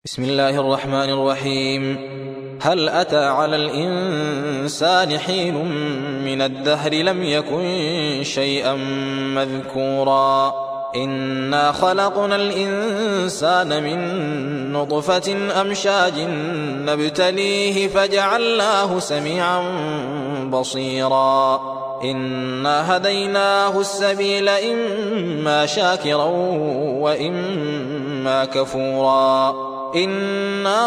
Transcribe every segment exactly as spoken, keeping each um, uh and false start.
بسم الله الرحمن الرحيم. هل أتى على الإنسان حين من الدهر لم يكن شيئا مذكورا إنا خلقنا الإنسان من نطفة أمشاج نبتليه فجعلناه سميعا بصيرا إنا هديناه السبيل إما شاكرا وإما كفورا إنا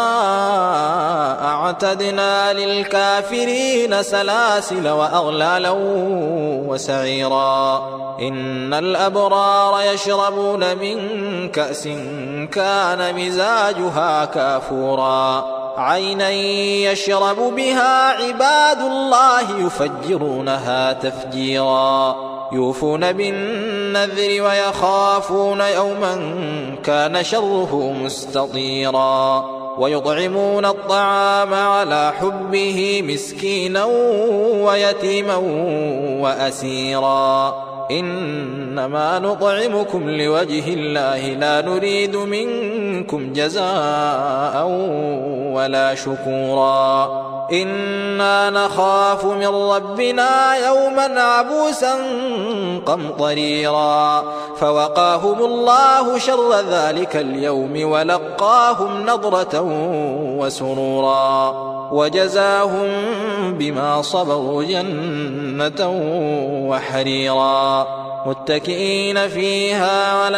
أعتدنا للكافرين سلاسل وأغلالا وسعيرا إن الأبرار يشربون من كأس كان مزاجها كافورا عينا يشرب بها عباد الله يفجرونها تفجيرا يوفون بالنذر ويخافون يوما كان شره مستطيرا ويطعمون الطعام على حبه مسكينا ويتيما وأسيرا إنما نطعمكم لوجه الله لا نريد منكم جزاء ولا شكورا إنا نخاف من ربنا يوما عبوسا قمطريرا فوقاهم الله شر ذلك اليوم ولقاهم نضرة وسرورا وجزاهم بما صبروا جنة وحريرا متكئين فيها على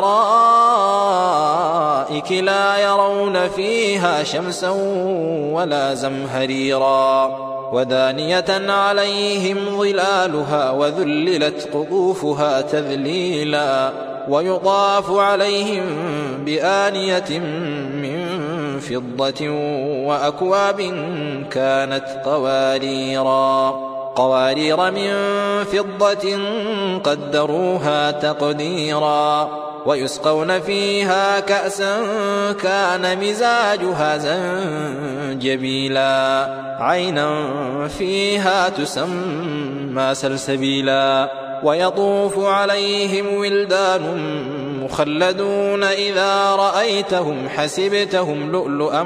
الأرائك لا يرون فيها شمسا ولا زمهريرا ودانية عليهم ظلالها وذللت قطوفها تذليلا ويطاف عليهم بآنية من فضة وأكواب كانت قواريرا قوارير من فضة قدروها تقديرا ويسقون فيها كأسا كان مزاجها زنجبيلا عينا فيها تسمى سلسبيلا ويطوف عليهم ولدان مخلدون إذا رأيتهم حسبتهم لؤلؤا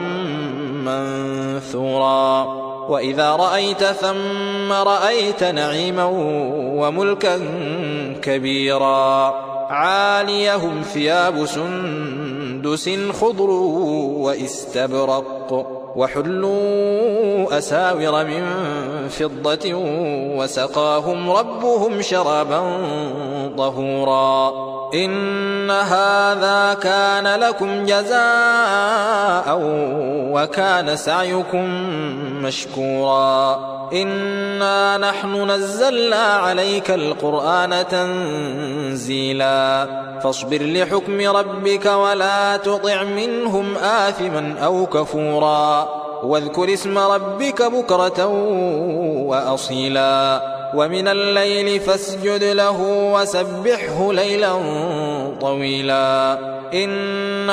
منثورا وإذا رأيت ثم رأيت نعيما وملكا كبيرا عاليهم ثياب سندس خضر واستبرق وحلوا أساور من فضة وسقاهم ربهم شرابا طهورا إن هذا كان لكم جزاء وكان سعيكم مشكورا إنا نحن نزلنا عليك القرآن تنزيلا فاصبر لحكم ربك ولا تطع منهم آثما أو كفورا واذكر اسم ربك بكرة وأصيلا ومن الليل فاسجد له وسبحه ليلا طويلا إن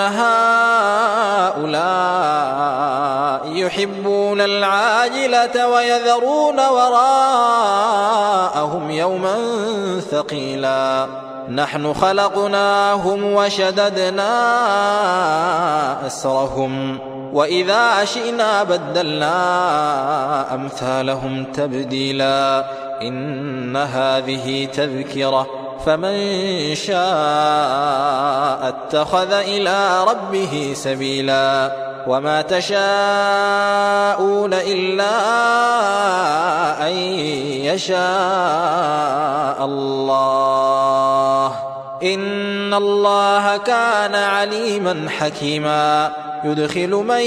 هؤلاء يحبون العاجلة ويذرون وراءهم يوما ثقيلا نحن خلقناهم وشددنا أسرهم وإذا شئنا بدلنا أمثالهم تبديلا إن هذه تذكرة فمن شاء اتخذ إلى ربه سبيلا وما تشاءون إلا أن يشاء الله إن الله كان عليما حكيما يدخل من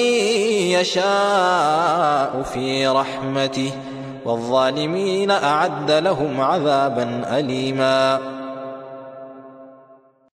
يشاء في رحمته والظالمين أعد لهم عذابا أليما